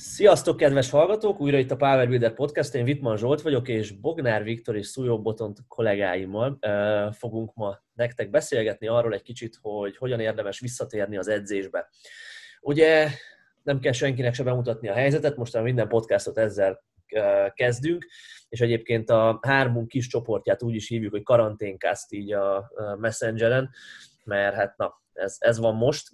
Sziasztok, kedves hallgatók! Újra itt a Power Builder Podcast. Én Wittmann Zsolt vagyok, és Bognár Viktor és Szújó Botont kollégáimmal fogunk ma nektek beszélgetni arról egy kicsit, hogy hogyan érdemes visszatérni az edzésbe. Ugye nem kell senkinek se bemutatni a helyzetet, most minden podcastot ezzel kezdünk, és egyébként a hármunk kis csoportját úgy is hívjuk, hogy karanténkászt így a Messengeren, mert hát na, ez van most,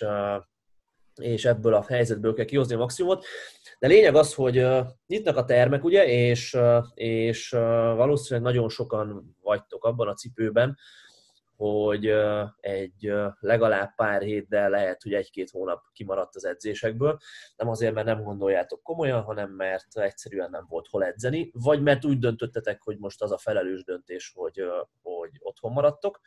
és ebből a helyzetből kell kihozni a maximumot. De lényeg az, hogy nyitnak a termek, ugye, és valószínűleg nagyon sokan vagytok abban a cipőben, hogy egy legalább pár hét, de lehet, hogy egy-két hónap kimaradt az edzésekből. Nem azért, mert nem gondoljátok komolyan, hanem mert egyszerűen nem volt hol edzeni, vagy mert úgy döntöttetek, hogy most az a felelős döntés, hogy otthon maradtok.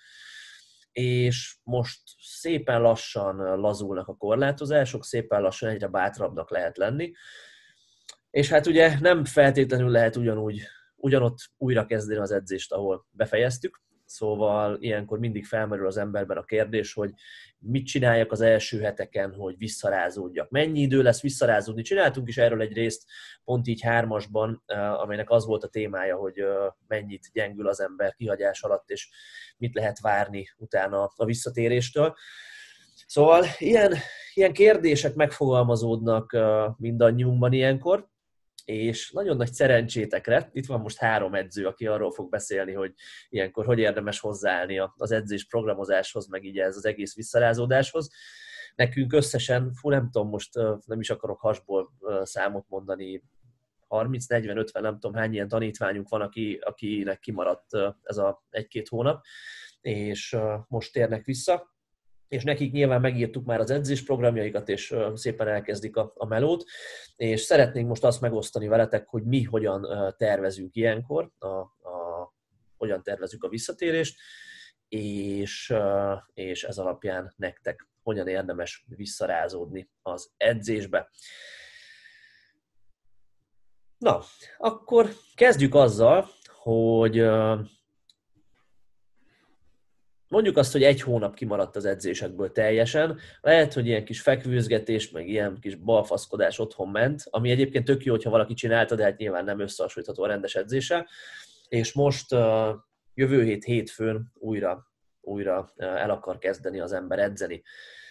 És most szépen lassan lazulnak a korlátozások, szépen lassan egyre bátrabbnak lehet lenni. És hát ugye nem feltétlenül lehet ugyanott újra kezdeni az edzést, ahol befejeztük. Szóval ilyenkor mindig felmerül az emberben a kérdés, hogy mit csináljak az első heteken, hogy visszarázódjak. Mennyi idő lesz visszarázódni? Csináltunk is erről egy részt, pont így 3-asban, amelynek az volt a témája, hogy mennyit gyengül az ember kihagyás alatt, és mit lehet várni utána a visszatéréstől. Szóval ilyen kérdések megfogalmazódnak mindannyiunkban ilyenkor, és nagyon nagy szerencsétekre, itt van most 3 edző, aki arról fog beszélni, hogy ilyenkor hogy érdemes hozzáállni az edzés programozáshoz, meg így ez az egész visszarázódáshoz. Nekünk összesen, nem tudom, most nem is akarok hasból számot mondani, 30-40-50, nem tudom hány ilyen tanítványunk van, akinek kimaradt ez a 1-2 hónap, és most térnek vissza. És nekik nyilván megírtuk már az edzésprogramjaikat, és szépen elkezdik a melót, és szeretnénk most azt megosztani veletek, hogy mi hogyan tervezünk ilyenkor, hogyan tervezzük a visszatérést, és ez alapján nektek hogyan érdemes visszarázódni az edzésbe. Na, akkor kezdjük azzal, hogy mondjuk azt, hogy 1 hónap kimaradt az edzésekből teljesen. Lehet, hogy ilyen kis fekvőzgetés, meg ilyen kis balfaszkodás otthon ment, ami egyébként tök jó, hogyha valaki csinálta, de hát nyilván nem összehasonlítható a rendes edzéssel. És most jövő hét hétfőn újra el akar kezdeni az ember edzeni.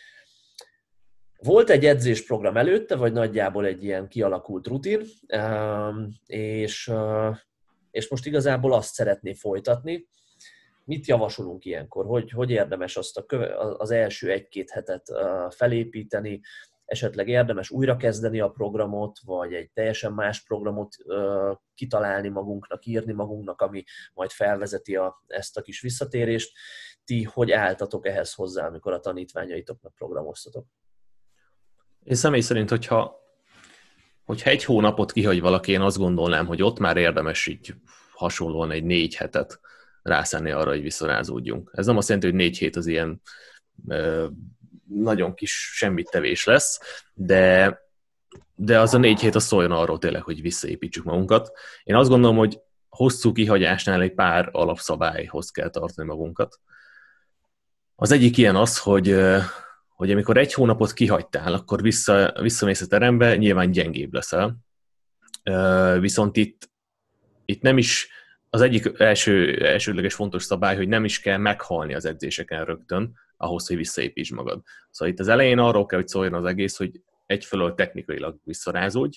Volt egy edzésprogram előtte, vagy nagyjából egy ilyen kialakult rutin, és most igazából azt szeretné folytatni. Mit javasolunk ilyenkor? Hogy érdemes azt az első 1-2 hetet felépíteni? Esetleg érdemes újrakezdeni a programot, vagy egy teljesen más programot kitalálni magunknak, írni magunknak, ami majd felvezeti ezt a kis visszatérést. Ti hogy álltatok ehhez hozzá, amikor a tanítványaitoknak programoztatok? Én személy szerint, hogyha 1 hónapot kihagy valaki, én azt gondolnám, hogy ott már érdemes így hasonlóan egy 4 hetet rászállni arra, hogy visszarázódjunk. Ez nem azt jelenti, hogy 4 hét az ilyen nagyon kis semmit tevés lesz, de az a 4 hét az szóljon arról tényleg, hogy visszaépítsük magunkat. Én azt gondolom, hogy hosszú kihagyásnál egy pár alapszabályhoz kell tartani magunkat. Az egyik ilyen az, hogy amikor 1 hónapot kihagytál, akkor visszamész a terembe, nyilván gyengébb leszel. Viszont itt nem is az egyik elsődleges fontos szabály, hogy nem is kell meghalni az edzéseken rögtön, ahhoz, hogy visszaépítsd magad. Szóval itt az elején arról kell, hogy szóljon az egész, hogy egyfelől technikailag visszarázódj,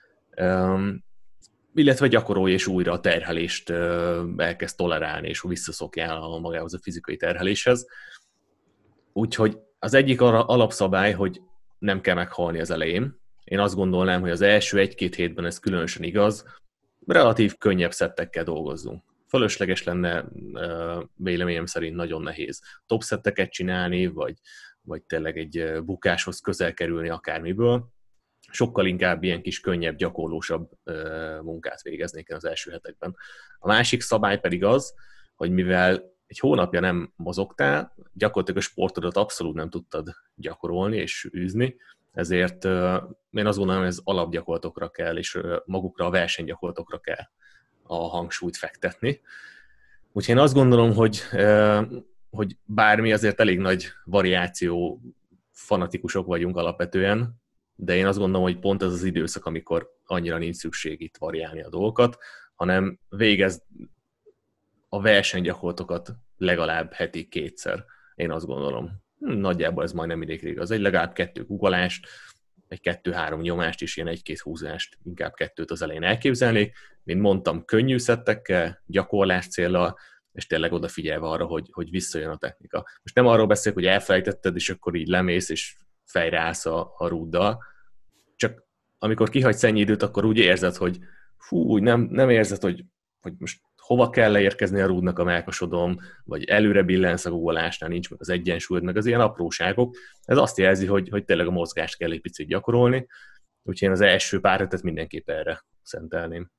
illetve gyakorolj és újra a terhelést elkezd tolerálni, és visszaszokjál magához a fizikai terheléshez. Úgyhogy az egyik alapszabály, hogy nem kell meghalni az elején. Én azt gondolnám, hogy az első 1-2 hétben ez különösen igaz, relatív könnyebb szettekkel dolgozzunk. Fölösleges lenne véleményem szerint nagyon nehéz top szetteket csinálni, vagy tényleg egy bukáshoz közel kerülni akármiből. Sokkal inkább ilyen kis könnyebb, gyakorlósabb munkát végeznék az első hetekben. A másik szabály pedig az, hogy mivel egy hónapja nem mozogtál, gyakorlatilag a sportodat abszolút nem tudtad gyakorolni és űzni, ezért én azt gondolom, hogy ez alapgyakorlatokra kell, és magukra a versenygyakorlatokra kell a hangsúlyt fektetni. Úgyhogy én azt gondolom, hogy bármi azért elég nagy variáció, fanatikusok vagyunk alapvetően, de én azt gondolom, hogy pont ez az időszak, amikor annyira nincs szükség itt variálni a dolgokat, hanem végezd a versenygyakorlatokat legalább heti 2-szer. Én azt gondolom. Nagyjából ez majdnem mindig igaz. Egy legalább 2 guggolást, egy 2-3 nyomást is, ilyen 1-2 húzást, inkább 2-t az elején elképzelnék. Mint mondtam, könnyű szettekkel, gyakorlás céllal, és tényleg odafigyelve arra, hogy visszajön a technika. Most nem arról beszélek, hogy elfelejtetted, és akkor így lemész, és fejre állsz a rúddal, csak amikor kihagysz ennyi időt, akkor úgy érzed, hogy nem érzed, hogy most hova kell leérkezni a rúdnak a mellkasodon, vagy előre billensz a guggolásnál, nincs meg az egyensúlyod, meg az ilyen apróságok. Ez azt jelzi, hogy tényleg a mozgást kell egy picit gyakorolni, úgyhogy én az első pár hetet mindenképp erre szentelném.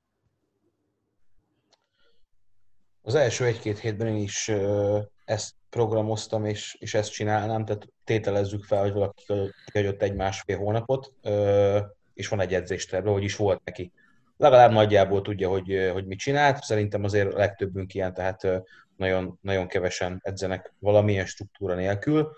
Az első 1-2 hétben én is ezt programoztam, és ezt csinálnám, tehát tételezzük fel, hogy valaki kihagyott 1-1,5 hónapot, és van egy edzésterve, hogy is volt neki. Legalább nagyjából tudja, hogy mit csinált. Szerintem azért a legtöbbünk ilyen, tehát nagyon, nagyon kevesen edzenek valamilyen struktúra nélkül.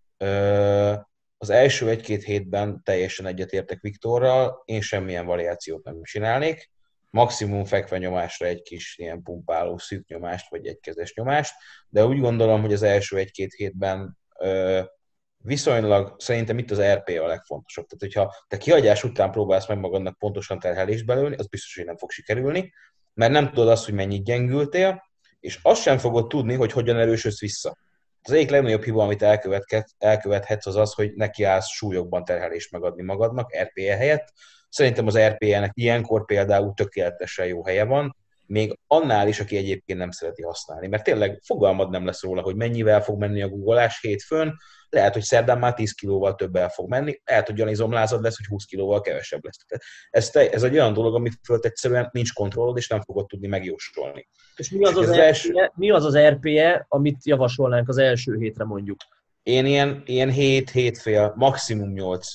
Az első 1-2 hétben teljesen egyetértek Viktorral, én semmilyen variációt nem csinálnék. Maximum fekve nyomásra egy kis ilyen pumpáló szűk nyomást, vagy egykezes nyomást, de úgy gondolom, hogy az első 1-2 hétben viszonylag szerintem itt az RP a legfontosabb. Tehát, hogyha te kihagyás után próbálsz meg magadnak pontosan terhelést belőni, az biztos, hogy nem fog sikerülni, mert nem tudod azt, hogy mennyit gyengültél, és azt sem fogod tudni, hogy hogyan erősödsz vissza. Az egyik legnagyobb hiba, amit elkövethetsz, az az, hogy nekiállsz súlyokban terhelést megadni magadnak, RPE helyett. Szerintem az RPE-nek ilyenkor például tökéletesen jó helye van, még annál is, aki egyébként nem szereti használni. Mert tényleg fogalmad nem lesz róla, hogy mennyivel fog menni a guggolás hétfőn, lehet, hogy szerdán már 10 kilóval többel fog menni, lehet, hogy olyan izomlázad lesz, hogy 20 kilóval kevesebb lesz. Ez egy olyan dolog, amit fölt egyszerűen nincs kontrollod, és nem fogod tudni megjósolni. És mi az az RPE, amit javasolnánk az első hétre mondjuk? Én ilyen 7-7,5, maximum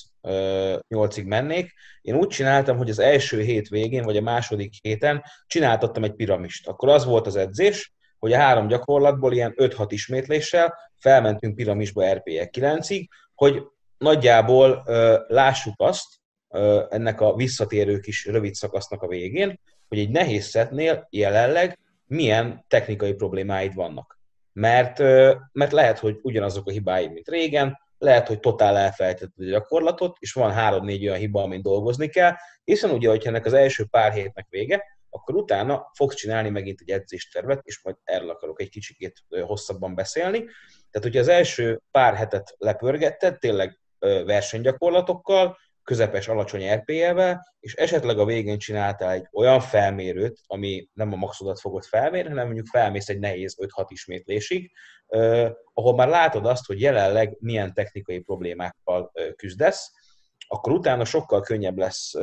8-ig mennék. Én úgy csináltam, hogy az első hét végén, vagy a második héten csináltattam egy piramist. Akkor az volt az edzés, hogy a 3 gyakorlatból ilyen 5-6 ismétléssel felmentünk piramisba RPE 9-ig, hogy nagyjából lássuk azt, ennek a visszatérő kis rövid szakasznak a végén, hogy egy nehéz szettnél jelenleg milyen technikai problémáid vannak. Mert lehet, hogy ugyanazok a hibáid, mint régen, lehet, hogy totál elfelejtetted a gyakorlatot, és van 3-4 olyan hiba, amin dolgozni kell, hiszen ugye, hogyha ennek az első pár hétnek vége, akkor utána fogsz csinálni megint egy edzéstervet, és majd erről akarok egy kicsikét hosszabban beszélni. Tehát, hogyha az első pár hetet lepörgetted, tényleg versenygyakorlatokkal, közepes, alacsony RPE-vel, és esetleg a végén csináltál egy olyan felmérőt, ami nem a maxodat fogod felmérni, hanem mondjuk felmész egy nehéz 5-6 ismétlésig, ahol már látod azt, hogy jelenleg milyen technikai problémákkal küzdesz, akkor utána sokkal könnyebb lesz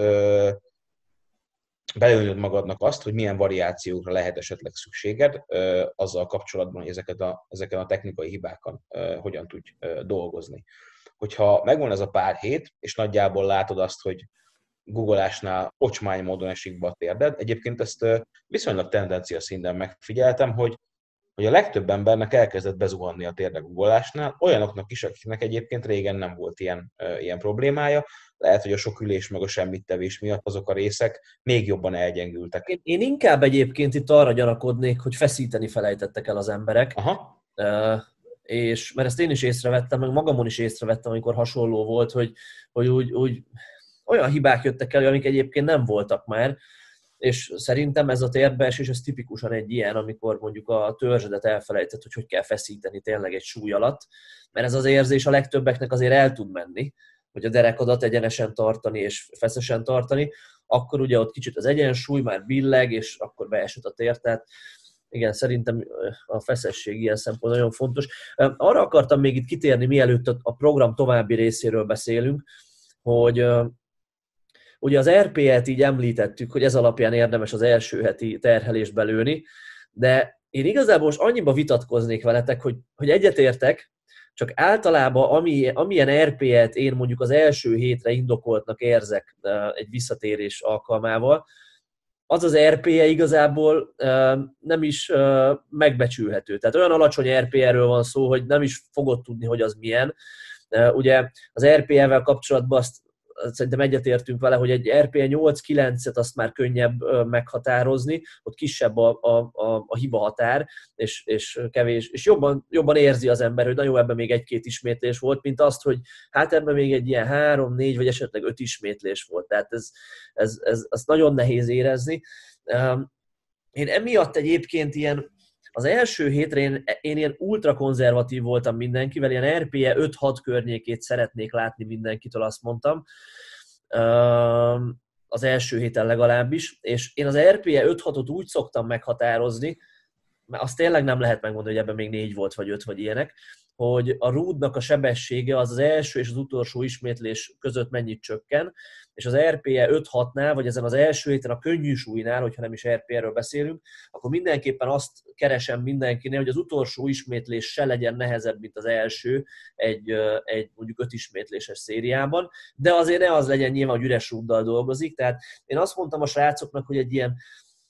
belőled magadnak azt, hogy milyen variációkra lehet esetleg szükséged azzal kapcsolatban, hogy ezeken a technikai hibákon hogyan tudj dolgozni. Hogyha megvan ez a pár hét, és nagyjából látod azt, hogy googolásnál ocsmány módon esik be a térded, egyébként ezt viszonylag tendencia szinten megfigyeltem, hogy a legtöbb embernek elkezdett bezuhanni a térde googolásnál, olyanoknak is, akiknek egyébként régen nem volt ilyen problémája. Lehet, hogy a sok ülés meg a semmittevés miatt azok a részek még jobban elgyengültek. Én inkább egyébként itt arra gyanakodnék, hogy feszíteni felejtettek el az emberek. Aha. És mert ezt én is észrevettem, meg magamon is észrevettem, amikor hasonló volt, hogy úgy olyan hibák jöttek elő, amik egyébként nem voltak már, és szerintem ez a térbeesés, ez tipikusan egy ilyen, amikor mondjuk a törzsedet elfelejtett, hogy kell feszíteni tényleg egy súly alatt, mert ez az érzés a legtöbbeknek azért el tud menni, hogy a derekadat egyenesen tartani és feszesen tartani, akkor ugye ott kicsit az egyensúly már billeg, és akkor beesett a tér, tehát igen, szerintem a feszesség ilyen szempont nagyon fontos. Arra akartam még itt kitérni, mielőtt a program további részéről beszélünk, hogy ugye az RPE-t így említettük, hogy ez alapján érdemes az első heti terhelést belőni, de én igazából most annyiba vitatkoznék veletek, hogy egyetértek, csak általában amilyen RPE-t én mondjuk az első hétre indokoltnak érzek egy visszatérés alkalmával, az RPE igazából nem is megbecsülhető. Tehát olyan alacsony RPE-ről van szó, hogy nem is fogod tudni, hogy az milyen. Ugye az RPE-vel kapcsolatban szerintem egyetértünk vele, hogy egy RPE 8-9-et azt már könnyebb meghatározni, ott kisebb a hiba határ, és kevés, és jobban érzi az ember, hogy na jó, ebben még 1-2 ismétlés volt, mint azt, hogy hát ebben még egy ilyen 3-4 vagy esetleg 5 ismétlés volt. Tehát ez nagyon nehéz érezni. Én emiatt egyébként az első hétre én ilyen ultrakonzervatív voltam mindenkivel, ilyen RPE 5-6 környékét szeretnék látni mindenkitől, azt mondtam. Az első héten legalábbis, és én az RPE 5-6-ot úgy szoktam meghatározni, mert azt tényleg nem lehet megmondani, hogy ebben még 4 volt, vagy 5, vagy ilyenek, hogy a rúdnak a sebessége az első és az utolsó ismétlés között mennyit csökken, és az RPE 5-6-nál, vagy ezen az első héten a könnyű súlynál, hogyha nem is RPE-ről beszélünk, akkor mindenképpen azt keresem mindenkinél, hogy az utolsó ismétlés se legyen nehezebb, mint az első egy mondjuk 5 ismétléses szériában, de azért ne az legyen nyilván, hogy üres rúddal dolgozik, tehát én azt mondtam a srácoknak, hogy egy ilyen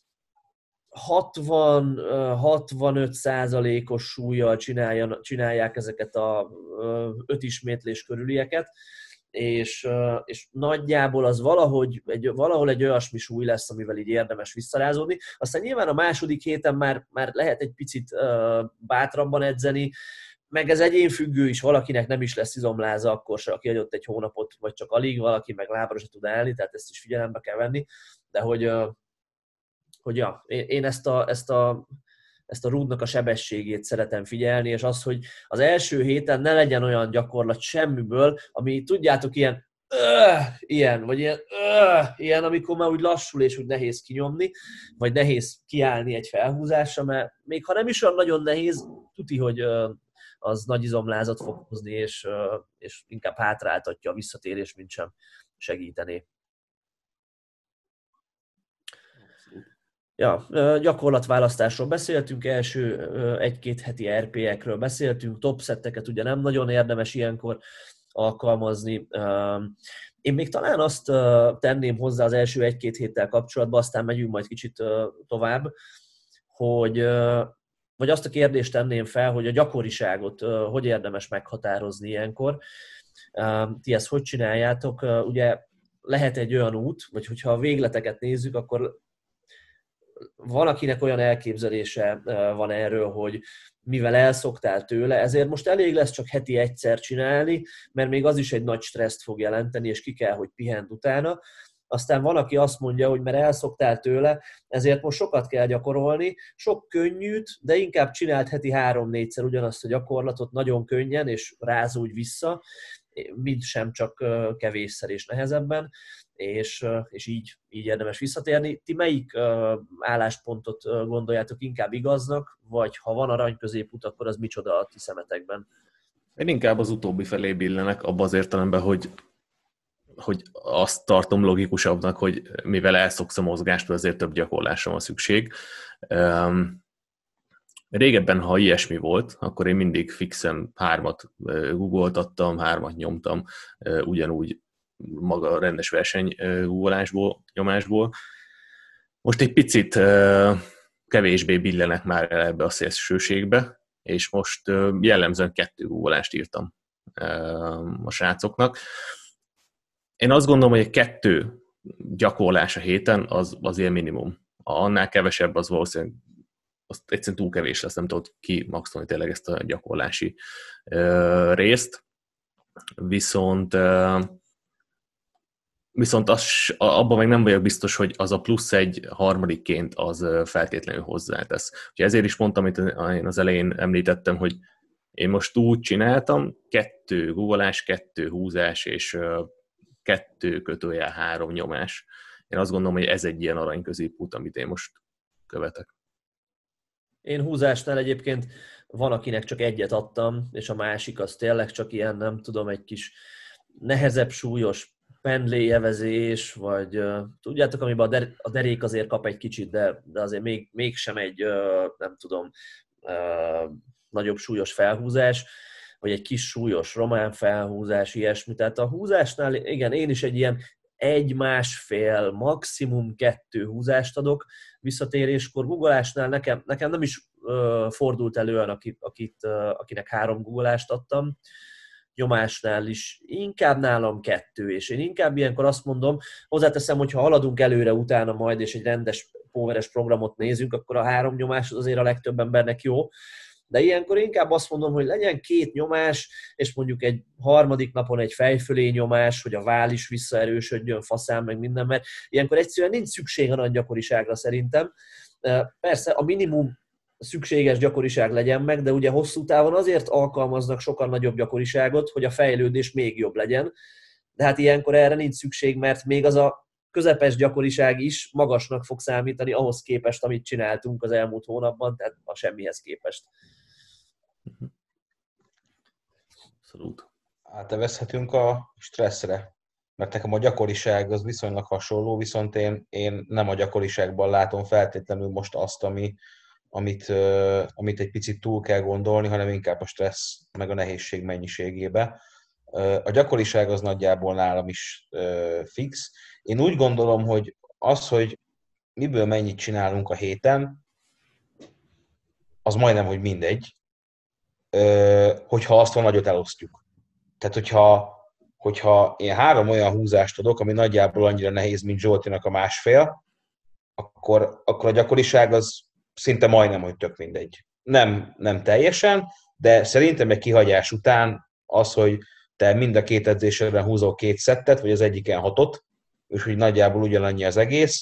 60-65%-os súllyal csinálják ezeket a 5 ismétlés körülieket, és nagyjából az valahol egy olyasmi súly lesz, amivel így érdemes visszarázódni. Aztán nyilván a második héten már lehet egy picit bátrabban edzeni, meg ez egyénfüggő is, valakinek nem is lesz izomláza akkor se, aki adott egy hónapot, vagy csak alig, valaki meg lábra se tud állni, tehát ezt is figyelembe kell venni, de hogy ja, én ezt a rúdnak a sebességét szeretem figyelni, és az, hogy az első héten ne legyen olyan gyakorlat semmiből, ami tudjátok ilyen, vagy ilyen, amikor már úgy lassul, és úgy nehéz kinyomni, vagy nehéz kiállni egy felhúzásra, mert még ha nem is olyan nagyon nehéz, tuti, hogy az nagy izomlázat fog hozni, és inkább hátráltatja a visszatérés, mint sem segítené. Ja, gyakorlatválasztásról beszéltünk, első 1-2 heti RP-ekről beszéltünk, topsetteket ugye nem nagyon érdemes ilyenkor alkalmazni. Én még talán azt tenném hozzá az első 1-2 héttel kapcsolatban, aztán megyünk majd kicsit tovább, vagy azt a kérdést tenném fel, hogy a gyakoriságot hogy érdemes meghatározni ilyenkor. Ti ezt hogy csináljátok? Ugye lehet egy olyan út, vagy hogyha a végleteket nézzük, akkor van, akinek olyan elképzelése van erről, hogy mivel elszoktál tőle, ezért most elég lesz csak heti egyszer csinálni, mert még az is egy nagy stresszt fog jelenteni, és ki kell, hogy pihent utána. Aztán van, aki azt mondja, hogy mert elszoktál tőle, ezért most sokat kell gyakorolni, sok könnyűt, de inkább csinált heti 3-4-szer ugyanazt a gyakorlatot nagyon könnyen, és rázódj vissza, mint sem csak kevésszer és nehezebben, és így érdemes visszatérni. Ti melyik álláspontot gondoljátok inkább igaznak, vagy ha van arany középút, akkor az micsoda a ti szemetekben? Én inkább az utóbbi felé billenek, abban az értelemben, hogy azt tartom logikusabbnak, hogy mivel elszoksz a mozgástól, azért több gyakorlásra van szükség. Régebben, ha ilyesmi volt, akkor én mindig fixen 3-at googoltattam, 3-at nyomtam, ugyanúgy maga rendes verseny googolásból, nyomásból. Most egy picit kevésbé billenek már el ebbe a szélsőségbe, és most jellemzően 2 googolást írtam a srácoknak. Én azt gondolom, hogy egy 2 gyakorlás a héten az ilyen minimum. Annál kevesebb az valószínűleg az egyszerűen túl kevés lesz, nem tudod kimaxolni tényleg ezt a gyakorlási részt. Viszont abban meg nem vagyok biztos, hogy az a plusz egy harmadikként az feltétlenül hozzátesz. Úgyhogy ezért is mondtam, amit én az elején említettem, hogy én most úgy csináltam, 2 googolás, 2 húzás és 2/3 nyomás. Én azt gondolom, hogy ez egy ilyen arany középút, amit én most követek. Én húzásnál egyébként van, akinek csak 1 adtam, és a másik az tényleg csak ilyen, nem tudom, egy kis nehezebb, súlyos pendléjevezés, vagy tudjátok, amiben a derék azért kap egy kicsit, de azért mégsem egy, nem tudom, nagyobb súlyos felhúzás, vagy egy kis súlyos román felhúzás, ilyesmi. Tehát a húzásnál, igen, én is egy ilyen 1-1,5, maximum 2 húzást adok visszatéréskor. Googolásnál nekem nem is fordult elő olyan, akinek 3 googolást adtam. nyomásnál is inkább nálam 2, és én inkább ilyenkor azt mondom, hozzáteszem, hogy ha haladunk előre utána majd, és egy rendes poweres programot nézünk, akkor a 3 nyomás azért a legtöbb embernek jó, de ilyenkor inkább azt mondom, hogy legyen 2 nyomás, és mondjuk egy harmadik napon egy fejfölé nyomás, hogy a váll is visszaerősödjön, faszán, meg minden, mert ilyenkor egyszerűen nincs szükség a nagy gyakoriságra szerintem. Persze a minimum szükséges gyakoriság legyen meg, de ugye hosszú távon azért alkalmaznak sokkal nagyobb gyakoriságot, hogy a fejlődés még jobb legyen. De hát ilyenkor erre nincs szükség, mert még az a közepes gyakoriság is magasnak fog számítani ahhoz képest, amit csináltunk az elmúlt hónapban, tehát a semmihez képest. Abszolút. Átevezhetünk a stresszre, mert nekem a gyakoriság az viszonylag hasonló, viszont én nem a gyakoriságban látom feltétlenül most azt, amit egy picit túl kell gondolni, hanem inkább a stressz meg a nehézség mennyiségébe. A gyakoriság az nagyjából nálam is fix. Én úgy gondolom, hogy az, hogy miből mennyit csinálunk a héten, az majdnem, hogy mindegy, hogyha azt a nagyot elosztjuk. Tehát, hogyha én 3 olyan húzást adok, ami nagyjából annyira nehéz, mint Zsoltinak a 1,5, akkor a gyakoriság az szinte majdnem, hogy tök mindegy. Nem teljesen, de szerintem egy kihagyás után az, hogy te mind a 2 edzésedben húzol 2 szettet, vagy az egyiken 6-ot, és hogy nagyjából ugyanannyi az egész,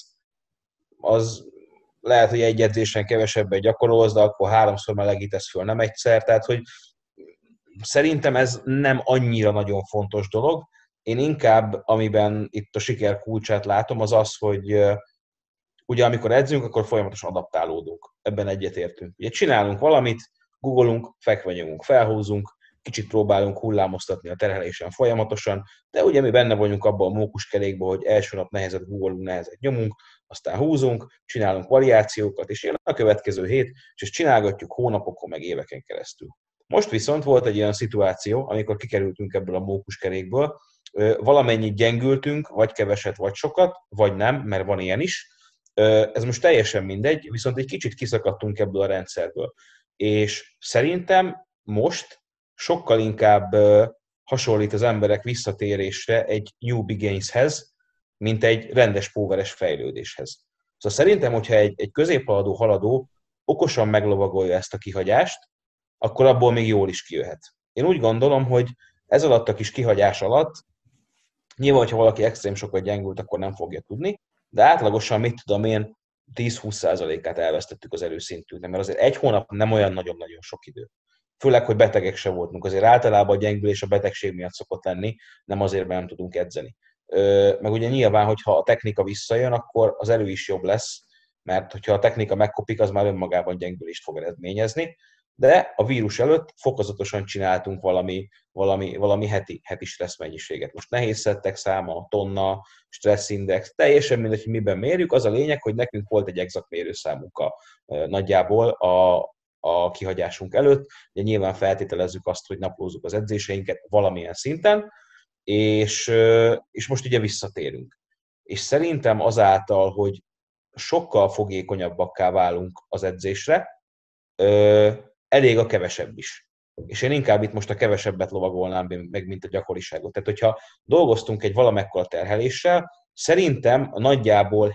az lehet, hogy egy edzésen kevesebbet gyakorolsz, de akkor 3-szor melegítesz föl, nem egyszer. Tehát, hogy szerintem ez nem annyira nagyon fontos dolog. Én inkább, amiben itt a siker kulcsát látom, az az, hogy ugye amikor edzünk, akkor folyamatosan adaptálódunk. Ebben egyetértünk. Ugye csinálunk valamit, googolunk, fekve nyomunk, felhúzunk, kicsit próbálunk hullámoztatni a terhelésen folyamatosan, de ugye mi benne vagyunk abban a mókuskerékben, hogy első nap nehezet googolunk, nehezet nyomunk, aztán húzunk, csinálunk variációkat, és jön a következő hét, és ezt csinálgatjuk hónapokon, meg éveken keresztül. Most viszont volt egy olyan szituáció, amikor kikerültünk ebből a mókuskerékből, valamennyit gyengültünk, vagy keveset, vagy sokat, vagy nem, mert van ilyen is. Ez most teljesen mindegy, viszont egy kicsit kiszakadtunk ebből a rendszerből. És szerintem most sokkal inkább hasonlít az emberek visszatérésre egy New Begins-hez, mint egy rendes poweres fejlődéshez. Szóval szerintem, hogyha egy középhaladó haladó okosan meglovagolja ezt a kihagyást, akkor abból még jól is kijöhet. Én úgy gondolom, hogy ez alatt a kis kihagyás alatt, nyilván, ha valaki extrém sokat gyengült, akkor nem fogja tudni, de átlagosan, mit tudom én, 10-20%-át elvesztettük az erőszintünknek, mert azért egy hónap nem olyan nagyon-nagyon sok idő. Főleg, hogy betegek se voltunk. Azért általában a gyengülés a betegség miatt szokott lenni, nem azért, mert nem tudunk edzeni. Meg ugye nyilván, hogyha a technika visszajön, akkor az erő is jobb lesz, mert hogyha a technika megkopik, az már önmagában gyengülést fog eredményezni. De a vírus előtt fokozatosan csináltunk valami heti stressz mennyiséget. Most nehéz szettek száma, tonna, stresszindex, teljesen mindegy, hogy miben mérjük. Az a lényeg, hogy nekünk volt egy exakt mérőszámunk nagyjából a kihagyásunk előtt. Ugye nyilván feltételezzük azt, hogy naplózzuk az edzéseinket valamilyen szinten, és most ugye visszatérünk. És szerintem azáltal, hogy sokkal fogékonyabbakká válunk az edzésre, elég a kevesebb is. És én inkább itt most a kevesebbet lovagolnám meg, mint a gyakoriságot. Tehát, hogyha dolgoztunk egy valamekkora terheléssel, szerintem nagyjából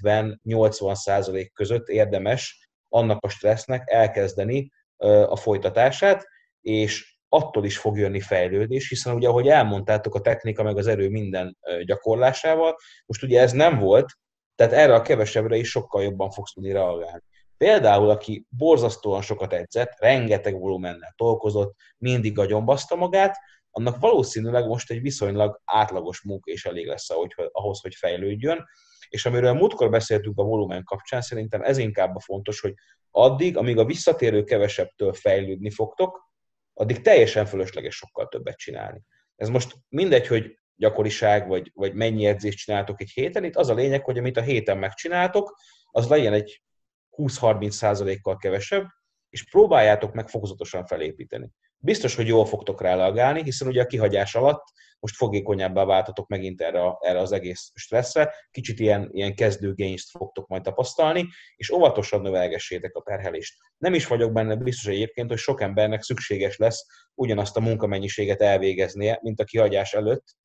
70-80% között érdemes annak a stressznek elkezdeni a folytatását, és attól is fog jönni fejlődés, hiszen ugye, ahogy elmondtátok, a technika meg az erő minden gyakorlásával, most ugye ez nem volt, tehát erre a kevesebbre is sokkal jobban fogsz tudni reagálni. Például, aki borzasztóan sokat edzett, rengeteg volumennel tolkozott, mindig agyombaszta magát, annak valószínűleg most egy viszonylag átlagos munka is elég lesz ahhoz, hogy fejlődjön. És amiről múltkor beszéltünk a volumen kapcsán, szerintem ez inkább a fontos, hogy addig, amíg a visszatérő kevesebbtől fejlődni fogtok, addig teljesen fölösleges sokkal többet csinálni. Ez most mindegy, hogy gyakoriság, vagy mennyi edzést csináltok egy héten, itt az a lényeg, hogy amit a héten megcsináltok, az legyen egy 20-30%-kal kevesebb, és próbáljátok meg fokozatosan felépíteni. biztos, hogy jól fogtok rá reagálni, hiszen ugye a kihagyás alatt most fogékonyabbá váltatok megint erre az egész stresszre, kicsit ilyen kezdőgényt fogtok majd tapasztalni, és óvatosan növelgessétek a terhelést. Nem is vagyok benne biztos egyébként, hogy sok embernek szükséges lesz ugyanazt a munkamennyiséget elvégeznie, mint a kihagyás előtt,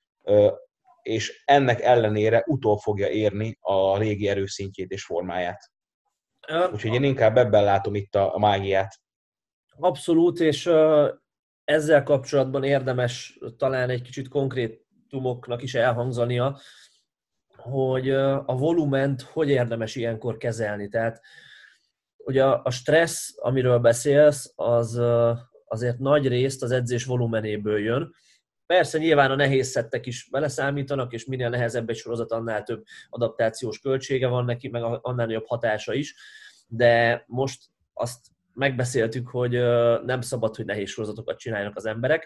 és ennek ellenére utol fogja érni a régi erőszintjét és formáját. Úgyhogy én inkább ebben látom itt a mágiát. Abszolút, és ezzel kapcsolatban érdemes talán egy kicsit konkrétumoknak is elhangzania, hogy a volument hogy érdemes ilyenkor kezelni. Tehát ugye a stressz, amiről beszélsz, az azért nagy részt az edzés volumenéből jön. Persze nyilván a nehéz szettek is beleszámítanak, és minél nehezebb egy sorozat, annál több adaptációs költsége van neki, meg annál nagyobb hatása is. De most azt megbeszéltük, hogy nem szabad, hogy nehéz sorozatokat csináljanak az emberek,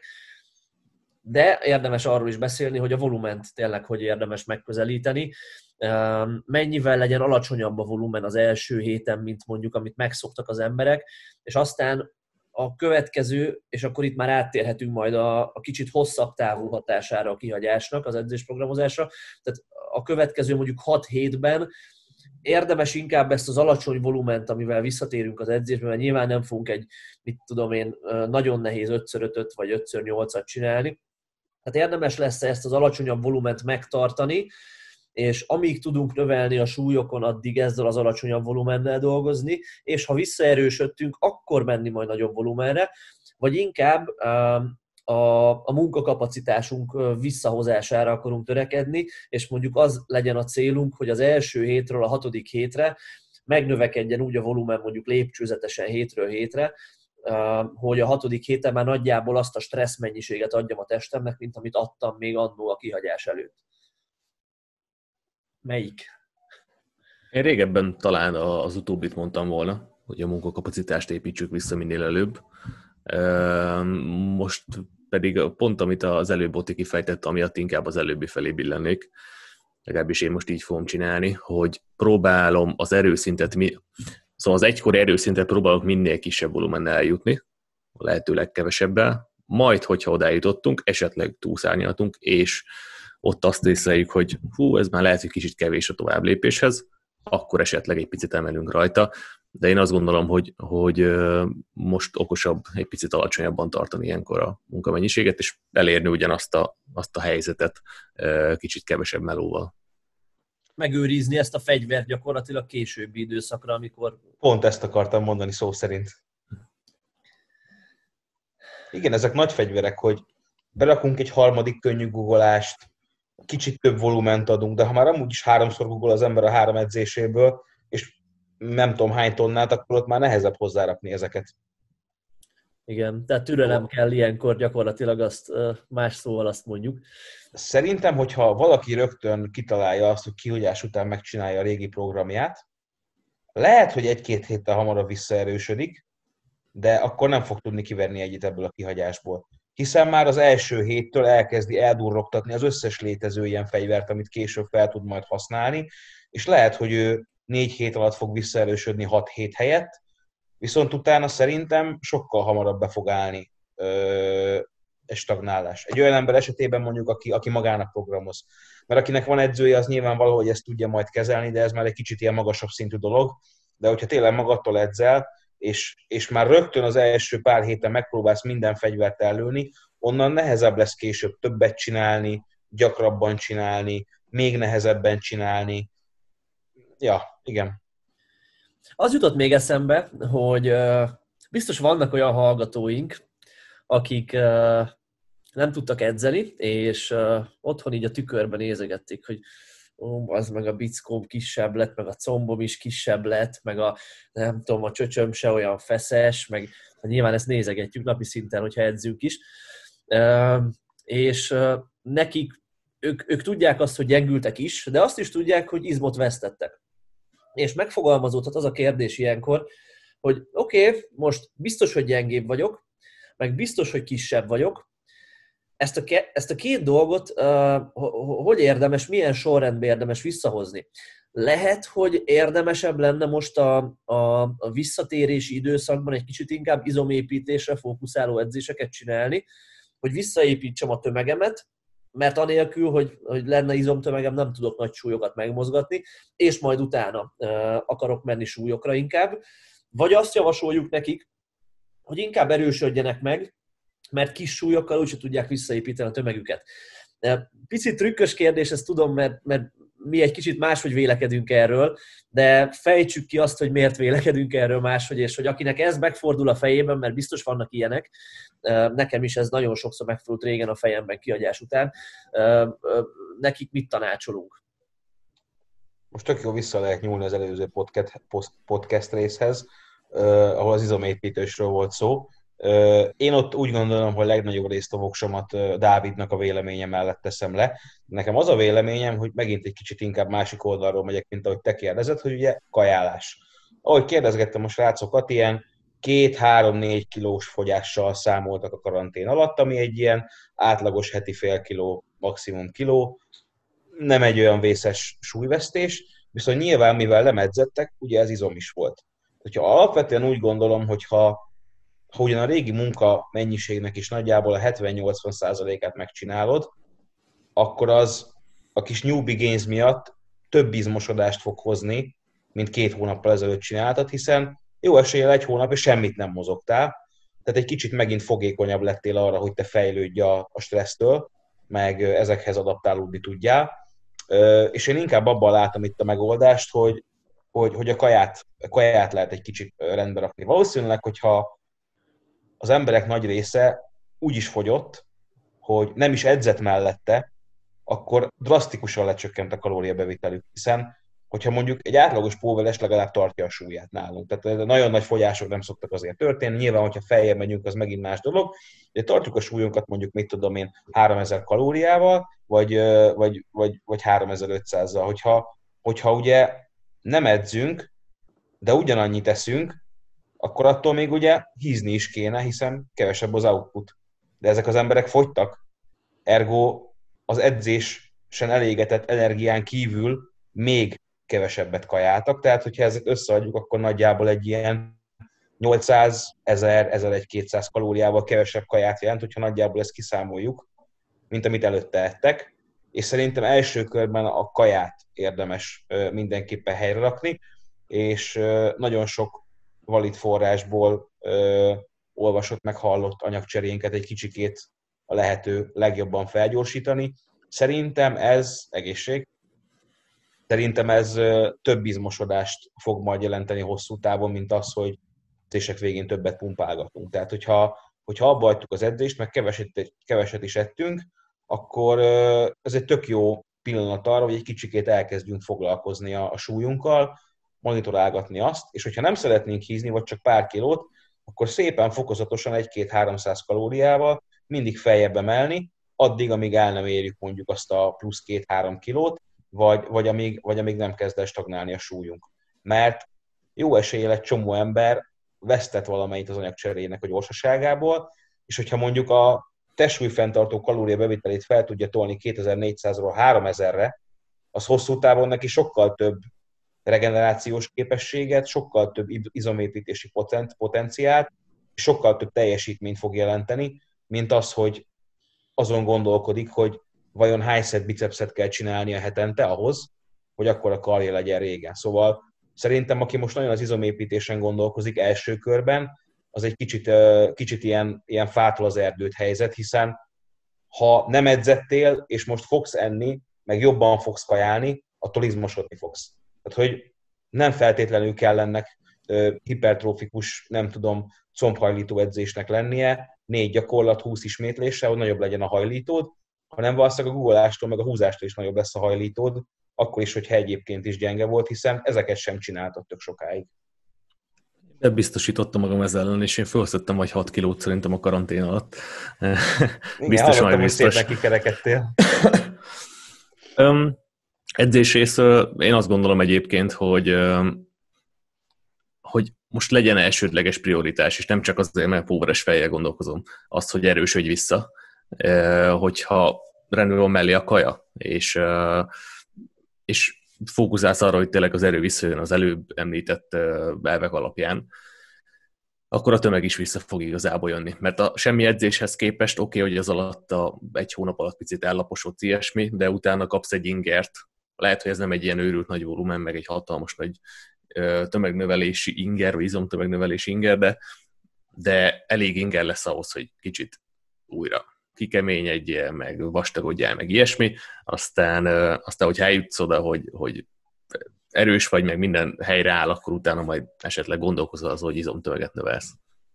de érdemes arról is beszélni, hogy a volument tényleg hogy érdemes megközelíteni. Mennyivel legyen alacsonyabb a volumen az első héten, mint mondjuk, amit megszoktak az emberek, és aztán a következő, és akkor itt már áttérhetünk majd a kicsit hosszabb távú hatására a kihagyásnak, az edzésprogramozásra. Tehát a következő mondjuk 6 hétben érdemes inkább ezt az alacsony volument, amivel visszatérünk az edzésbe, mert nyilván nem fogunk egy, nagyon nehéz 5x5-öt vagy 5x8-at csinálni. Hát érdemes lesz ezt az alacsonyabb volument megtartani, és amíg tudunk növelni a súlyokon, addig ezzel az alacsonyabb volumennel dolgozni, és ha visszaerősödtünk, akkor menni majd nagyobb volumenre, vagy inkább a munkakapacitásunk visszahozására akarunk törekedni, és mondjuk az legyen a célunk, hogy az első hétről a 6. hétre megnövekedjen úgy a volumen mondjuk lépcsőzetesen hétről hétre, hogy a 6. héten már nagyjából azt a stressz mennyiséget adjam a testemnek, mint amit adtam még annó a kihagyás előtt. Melyik? Én régebben talán az utóbbit mondtam volna, hogy a munkakapacitást építsük vissza minél előbb. Most pedig pont, amit az előbb Oti kifejtett, amiatt inkább az előbbi felé billennék. Legalábbis én most így fogom csinálni, hogy próbálom az erőszintet, szóval az egykori erőszintet próbálok minél kisebb volumennel eljutni, lehetőleg kevesebbel, majd, hogyha odájutottunk, esetleg túlszárnyaltunk, és ott azt észleljük, hogy ez már lehet, hogy kicsit kevés a tovább lépéshez, akkor esetleg egy picit emelünk rajta, de én azt gondolom, hogy most okosabb egy picit alacsonyabban tartani ilyenkor a munkamennyiséget, és elérni ugyanazt a helyzetet kicsit kevesebb melóval. Megőrizni ezt a fegyvert gyakorlatilag későbbi időszakra, amikor... Pont ezt akartam mondani szó szerint. Igen, ezek nagy fegyverek, hogy berakunk egy harmadik könnyű guggolást, kicsit több volument adunk, de ha már amúgy is 3-szor guggol az ember a 3 edzéséből, és nem tudom hány tonnát, akkor ott már nehezebb hozzárakni ezeket. Igen, tehát türelem kell ilyenkor gyakorlatilag, azt más szóval azt mondjuk. Szerintem, hogyha valaki rögtön kitalálja azt, hogy kihagyás után megcsinálja a régi programját, lehet, hogy 1-2 héttel hamarabb visszaerősödik, de akkor nem fog tudni kiverni egyet ebből a kihagyásból. Hiszen már az első héttől elkezdi eldurrogtatni az összes létező ilyen fegyvert, amit később fel tud majd használni, és lehet, hogy ő 4 hét alatt fog visszaerősödni 6 hét helyett, viszont utána szerintem sokkal hamarabb be fog állni egy stagnálás. Egy olyan ember esetében mondjuk, aki magának programoz. Mert akinek van edzője, az nyilvánvaló, hogy ezt tudja majd kezelni, de ez már egy kicsit ilyen magasabb szintű dolog. De hogyha tényleg magadtól edzel, és már rögtön az első pár héten megpróbálsz minden fegyvert ellőni, onnan nehezebb lesz később többet csinálni, gyakrabban csinálni, még nehezebben csinálni. Ja, igen. Az jutott még eszembe, hogy biztos vannak olyan hallgatóink, akik nem tudtak edzeni, és otthon így a tükörben nézegették, hogy az meg a bickóm kisebb lett, meg a combom is kisebb lett, meg nem tudom, a csöcsöm se olyan feszes, meg nyilván ezt nézegetjük napi szinten, hogyha edzünk is. És nekik, ők tudják azt, hogy gyengültek is, de azt is tudják, hogy izmot vesztettek. És megfogalmazódhat az a kérdés ilyenkor, hogy oké, most biztos, hogy gyengébb vagyok, meg biztos, hogy kisebb vagyok, ezt a két dolgot hogy érdemes, milyen sorrendben érdemes visszahozni? Lehet, hogy érdemesebb lenne most a visszatérési időszakban egy kicsit inkább izomépítésre fókuszáló edzéseket csinálni, hogy visszaépítsem a tömegemet, mert anélkül, hogy lenne izomtömegem, nem tudok nagy súlyokat megmozgatni, és majd utána akarok menni súlyokra inkább. Vagy azt javasoljuk nekik, hogy inkább erősödjenek meg, mert kis súlyokkal úgyse tudják visszaépíteni a tömegüket. Picit trükkös kérdés, ezt tudom, mert mi egy kicsit máshogy vélekedünk erről, de fejtsük ki azt, hogy miért vélekedünk erről máshogy, és hogy akinek ez megfordul a fejében, mert biztos vannak ilyenek, nekem is ez nagyon sokszor megfordult régen a fejemben kihagyás után, nekik mit tanácsolunk? Most tök jó vissza lehet nyúlni az előző podcast részhez, ahol az izomépítésről volt szó. Én ott úgy gondolom, hogy legnagyobb részt a voksomat Dávidnak a véleménye mellett teszem le. Nekem az a véleményem, hogy megint egy kicsit inkább másik oldalról megyek, mint ahogy te kérdezed, hogy ugye kajálás. Ahogy kérdezgettem a srácokat, ilyen 2-3-4 kilós fogyással számoltak a karantén alatt, ami egy ilyen átlagos heti fél kiló, maximum kiló, nem egy olyan vészes súlyvesztés, viszont nyilván, mivel nem edzettek, ugye ez izom is volt. Hogyha alapvetően úgy gondolom, hogyha ugyan a régi munka mennyiségnek is nagyjából a 70-80%-át megcsinálod, akkor az a kis newbie gains miatt több izmosodást fog hozni, mint 2 hónappal ezelőtt csináltad, hiszen jó eséllyel 1 hónap és semmit nem mozogtál, tehát egy kicsit megint fogékonyabb lettél arra, hogy te fejlődj a stressztől, meg ezekhez adaptálódni tudjál. És én inkább abban látom itt a megoldást, hogy a kaját lehet egy kicsit rendbe rakni. Valószínűleg, hogyha az emberek nagy része úgy is fogyott, hogy nem is edzett mellette, akkor drasztikusan lecsökkent a kalóriabevitelük, hiszen hogyha mondjuk egy átlagos póveres legalább tartja a súlyát nálunk. Tehát nagyon nagy fogyások nem szoktak azért történni. Nyilván, hogyha feljebb megyünk, az megint más dolog. De tartjuk a súlyunkat mondjuk, mit tudom én, 3000 kalóriával, vagy 3500-zal. Hogyha ugye nem edzünk, de ugyanannyit eszünk, akkor attól még ugye hízni is kéne, hiszen kevesebb az output. De ezek az emberek fogytak, ergo az edzésen elégetett energián kívül még kevesebbet kajáltak, tehát hogyha ezeket összeadjuk, akkor nagyjából egy ilyen 800, 1000, 1200 kalóriával kevesebb kaját jelent, hogyha nagyjából ezt kiszámoljuk, mint amit előtte ettek, és szerintem első körben a kaját érdemes mindenképpen helyre rakni, és nagyon sok valid forrásból olvasott, meg hallott anyagcserénket egy kicsikét a lehető legjobban felgyorsítani. Szerintem ez egészség. Szerintem ez több izmosodást fog majd jelenteni hosszú távon, mint az, hogy edzések végén többet pumpálgatunk. Tehát, hogyha abba hagytuk az edzést, meg keveset is ettünk, akkor ez egy tök jó pillanat arra, hogy egy kicsikét elkezdjünk foglalkozni a súlyunkkal, monitorálgatni azt, és hogyha nem szeretnénk hízni, vagy csak pár kilót, akkor szépen fokozatosan 1-2-300 kalóriával mindig feljebb emelni, addig, amíg el nem érjük mondjuk azt a plusz 2-3 kilót, vagy amíg nem kezd el stagnálni a súlyunk. Mert jó eséllyel egy csomó ember vesztett valamelyik az anyagcserének a gyorsaságából, és hogyha mondjuk a testsúlyfenntartó kalóriabevitelét fel tudja tolni 2400-ról 3000-re, az hosszú távon neki sokkal több regenerációs képességet, sokkal több izomépítési potenciált, sokkal több teljesítményt fog jelenteni, mint az, hogy azon gondolkodik, hogy vajon hány szett bicepszet kell csinálnia hetente ahhoz, hogy akkor a karja legyen régen. Szóval szerintem, aki most nagyon az izomépítésen gondolkozik első körben, az egy kicsit ilyen fától az erdőt helyzet, hiszen ha nem edzettél, és most fogsz enni, meg jobban fogsz kajálni, attól izmosodni fogsz. Tehát, hogy nem feltétlenül kell ennek hipertrófikus, nem tudom, combhajlító edzésnek lennie, 4 gyakorlat, 20 ismétléssel, hogy nagyobb legyen a hajlítód, hanem valószínűleg a guggolástól, meg a húzástól is nagyobb lesz a hajlítód, akkor is, hogyha egyébként is gyenge volt, hiszen ezeket sem csináltattok sokáig. De biztosítottam magam ezzel ellen, és én felszettem vagy 6 kilót szerintem a karantén alatt. Igen, biztos, hallottam, hogy biztos. szépen kikerekedtél. Edzés részről én azt gondolom egyébként, hogy most legyen elsődleges prioritás, és nem csak azért, mert póveres fejjel gondolkozom, azt, hogy erősödj vissza, hogyha rendben van mellé a kaja, és fókuszálsz arra, hogy tényleg az erő visszajön az előbb említett elvek alapján, akkor a tömeg is vissza fog igazából jönni. Mert a semmi edzéshez képest oké, hogy az alatt egy hónap alatt picit ellaposodsz ilyesmi, de utána kapsz egy ingert. Lehet, hogy ez nem egy ilyen őrült nagy volumen, meg egy hatalmas nagy tömegnövelési inger, vagy izomtömegnövelési inger, de elég inger lesz ahhoz, hogy kicsit újra kikeményedjél, meg vastagodjál, meg ilyesmi. Aztán hogyha eljutsz oda, hogy erős vagy, meg minden helyre áll, akkor utána majd esetleg gondolkozol az, hogy izomtömeget növelsz.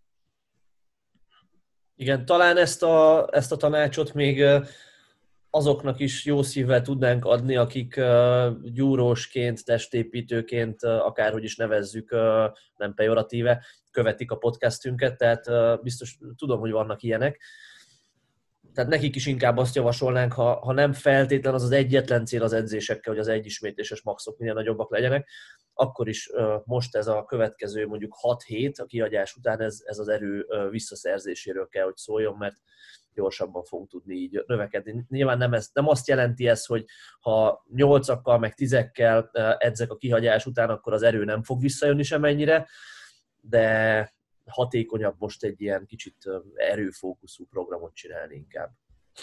Igen, talán ezt a tanácsot még azoknak is jó szívvel tudnánk adni, akik gyúrósként, testépítőként, akárhogy is nevezzük, nem pejoratíve, követik a podcastünket, tehát biztos tudom, hogy vannak ilyenek. Tehát nekik is inkább azt javasolnánk, ha nem feltétlen az egyetlen cél az edzésekkel, hogy az egyismétéses maxok minél nagyobbak legyenek, akkor is most ez a következő mondjuk 6 hét a kihagyás után ez az erő visszaszerzéséről kell, hogy szóljon, mert gyorsabban fogunk tudni így növekedni. Nyilván nem azt jelenti ez, hogy ha 8-akkal, meg 10-ekkel edzek a kihagyás után, akkor az erő nem fog visszajönni semennyire, de hatékonyabb most egy ilyen kicsit erőfókuszú programot csinálni inkább.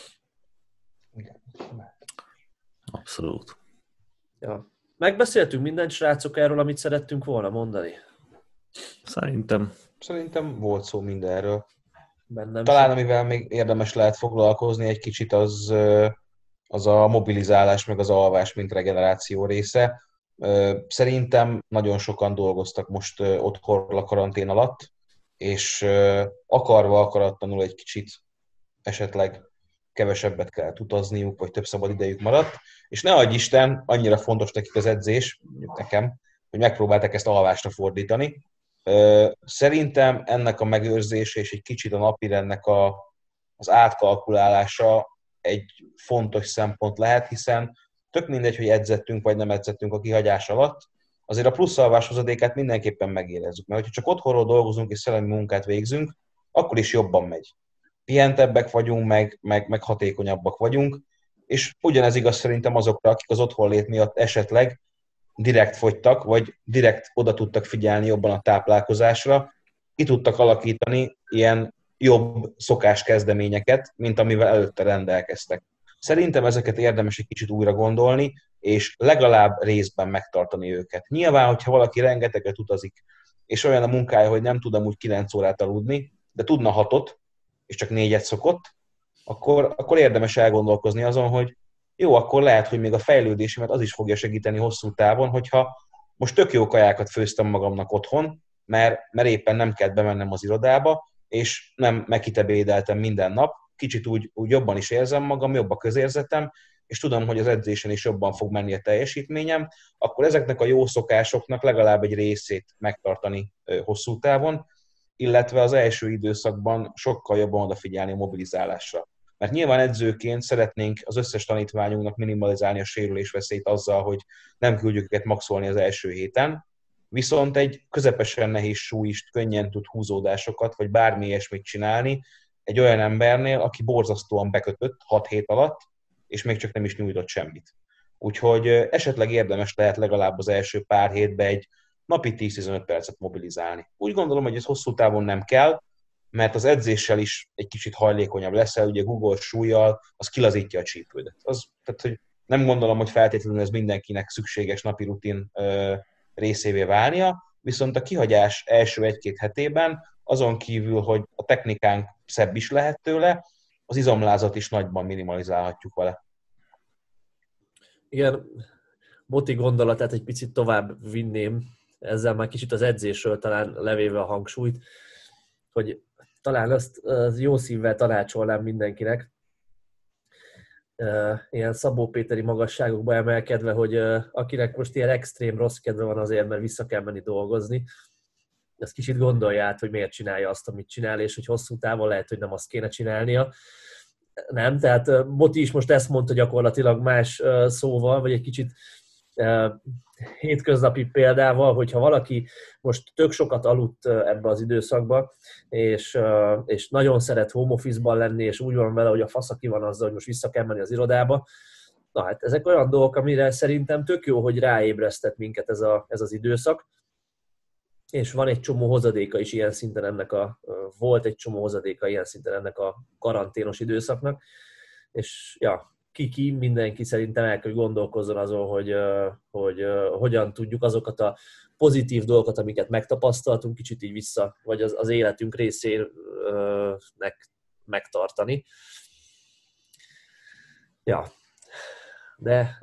Abszolút. Ja. Megbeszéltünk mindent, srácok, erről, amit szerettünk volna mondani? Szerintem volt szó mindenről. Bennem Talán sem. amivel még érdemes lehet foglalkozni egy kicsit, az a mobilizálás, meg az alvás, mint regeneráció része. Szerintem nagyon sokan dolgoztak most otthon a karantén alatt, és akarva akaratlanul egy kicsit esetleg kevesebbet kellett utazniuk, vagy több szabad idejük maradt, és ne adj Isten, annyira fontos nekik az edzés, mondjuk nekem, hogy megpróbálták ezt alvásra fordítani. Szerintem ennek a megőrzése és egy kicsit a napirendnek az átkalkulálása egy fontos szempont lehet, hiszen tök mindegy, hogy edzettünk vagy nem edzettünk a kihagyás alatt, azért a plusz alvás hozadékát mindenképpen megérezzük, mert hogyha csak otthonról dolgozunk és szellemi munkát végzünk, akkor is jobban megy. Pihentebbek vagyunk, meg hatékonyabbak vagyunk, és ugyanez igaz szerintem azokra, akik az otthonlét miatt esetleg direkt fogytak, vagy direkt oda tudtak figyelni jobban a táplálkozásra, ki tudtak alakítani ilyen jobb szokás kezdeményeket, mint amivel előtte rendelkeztek. Szerintem ezeket érdemes egy kicsit újra gondolni, és legalább részben megtartani őket. Nyilván, hogyha valaki rengeteget utazik, és olyan a munkája, hogy nem tud amúgy 9 órát aludni, de tudna 6-ot, és csak 4-et szokott, akkor érdemes elgondolkozni azon, hogy jó, akkor lehet, hogy még a fejlődésemet az is fogja segíteni hosszú távon, hogyha most tök jó kajákat főztem magamnak otthon, mert éppen nem kellett bemennem az irodába, és nem megkitebédeltem minden nap, kicsit úgy jobban is érzem magam, jobb a közérzetem, és tudom, hogy az edzésen is jobban fog menni a teljesítményem, akkor ezeknek a jó szokásoknak legalább egy részét megtartani hosszú távon, illetve az első időszakban sokkal jobban odafigyelni a mobilizálásra. Mert nyilván edzőként szeretnénk az összes tanítványunknak minimalizálni a sérülésveszélyt azzal, hogy nem küldjük őket maxolni az első héten, viszont egy közepesen nehéz súly is könnyen tud húzódásokat, vagy bármi ilyesmit csinálni egy olyan embernél, aki borzasztóan bekötött 6 hét alatt, és még csak nem is nyújtott semmit. Úgyhogy esetleg érdemes lehet legalább az első pár hétben egy napi 10-15 percet mobilizálni. Úgy gondolom, hogy ez hosszú távon nem kell, mert az edzéssel is egy kicsit hajlékonyabb leszel, ugye Google súlyjal, az kilazítja a csípődet. Tehát, hogy nem gondolom, hogy feltétlenül ez mindenkinek szükséges napi rutin részévé válnia, viszont a kihagyás első 1-2 hetében, azon kívül, hogy a technikánk szebb is lehet tőle, az izomlázat is nagyban minimalizálhatjuk vele. Igen, Boti gondolatát egy picit tovább vinném, ezzel már kicsit az edzésről talán levéve a hangsúlyt, hogy talán azt jó szívvel tanácsolnám mindenkinek, ilyen Szabó Péteri magasságokba emelkedve, hogy akinek most ilyen extrém rossz kedve van azért, mert vissza kell menni dolgozni, ezt kicsit gondolja át, hogy miért csinálja azt, amit csinál, és hogy hosszú távon lehet, hogy nem azt kéne csinálnia. Nem, tehát Boti is most ezt mondta gyakorlatilag más szóval, vagy egy kicsit hétköznapi példával, hogyha valaki most tök sokat aludt ebbe az időszakba, és nagyon szeret home office-ban lenni, és úgy van vele, hogy a fasz aki van azzal, hogy most vissza kell menni az irodába. Na hát ezek olyan dolgok, amire szerintem tök jó, hogy ráébresztett minket ez az időszak, és van egy csomó hozadéka is ilyen szinten volt egy csomó hozadéka ilyen szinten ennek a karanténos időszaknak, és ja, mindenki szerintem el kell gondolkozzon azon, hogy hogyan tudjuk azokat a pozitív dolgokat, amiket megtapasztaltunk, kicsit így vissza, vagy az életünk részének megtartani. Ja, de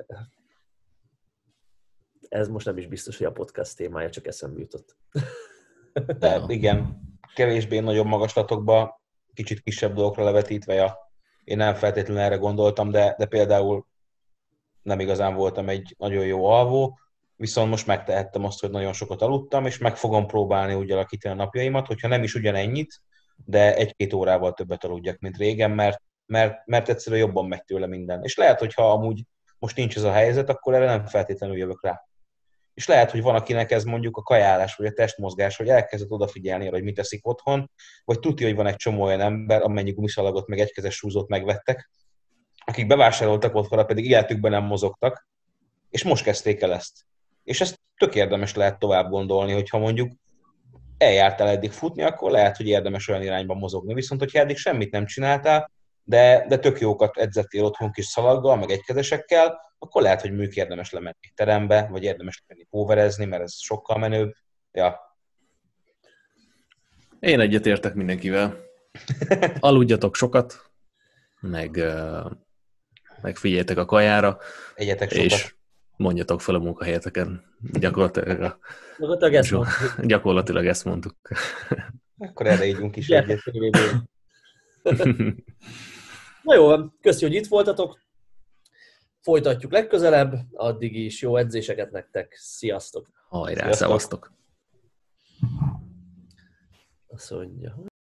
ez most nem is biztos, hogy a podcast témája, csak eszembe jutott. De igen, kevésbé nagyobb magaslatokba, kicsit kisebb dolgokra levetítve, én nem feltétlenül erre gondoltam, de például nem igazán voltam egy nagyon jó alvó, viszont most megtehettem azt, hogy nagyon sokat aludtam, és meg fogom próbálni úgy alakítani a napjaimat, hogyha nem is ugyanennyit, de 1-2 órával többet aludjak, mint régen, mert egyszerűen jobban megy tőle minden. És lehet, hogyha amúgy most nincs ez a helyzet, akkor erre nem feltétlenül jövök rá. És lehet, hogy van, akinek ez mondjuk a kajálás, vagy a testmozgás, hogy elkezdett odafigyelni arra, hogy mit eszik otthon, vagy tudja, hogy van egy csomó olyan ember, amennyi gumiszalagot, meg egykezes súzót megvettek, akik bevásároltak otthonra, pedig életükben nem mozogtak, és most kezdték el ezt. És ezt tök érdemes lehet tovább gondolni, hogyha mondjuk eljártál eddig futni, akkor lehet, hogy érdemes olyan irányba mozogni. Viszont, hogyha eddig semmit nem csináltál, de tök jókat edzettél otthon kis szalaggal, meg egykezesekkel, akkor lehet, hogy mondjuk érdemes lemenni terembe, vagy érdemes lemenni póverezni, mert ez sokkal menőbb. Ja. Én egyetértek mindenkivel. Aludjatok sokat, meg figyeljetek a kajára, Egyetek sokat. és mondjatok fel a munkahelyeteken. Gyakorlatilag ezt mondtuk. Akkor erre ígyunk is egyet. Na jó, köszi, hogy itt voltatok. Folytatjuk legközelebb. Addig is jó edzéseket nektek. Sziasztok! Hajrá, szevasztok! Azt mondja.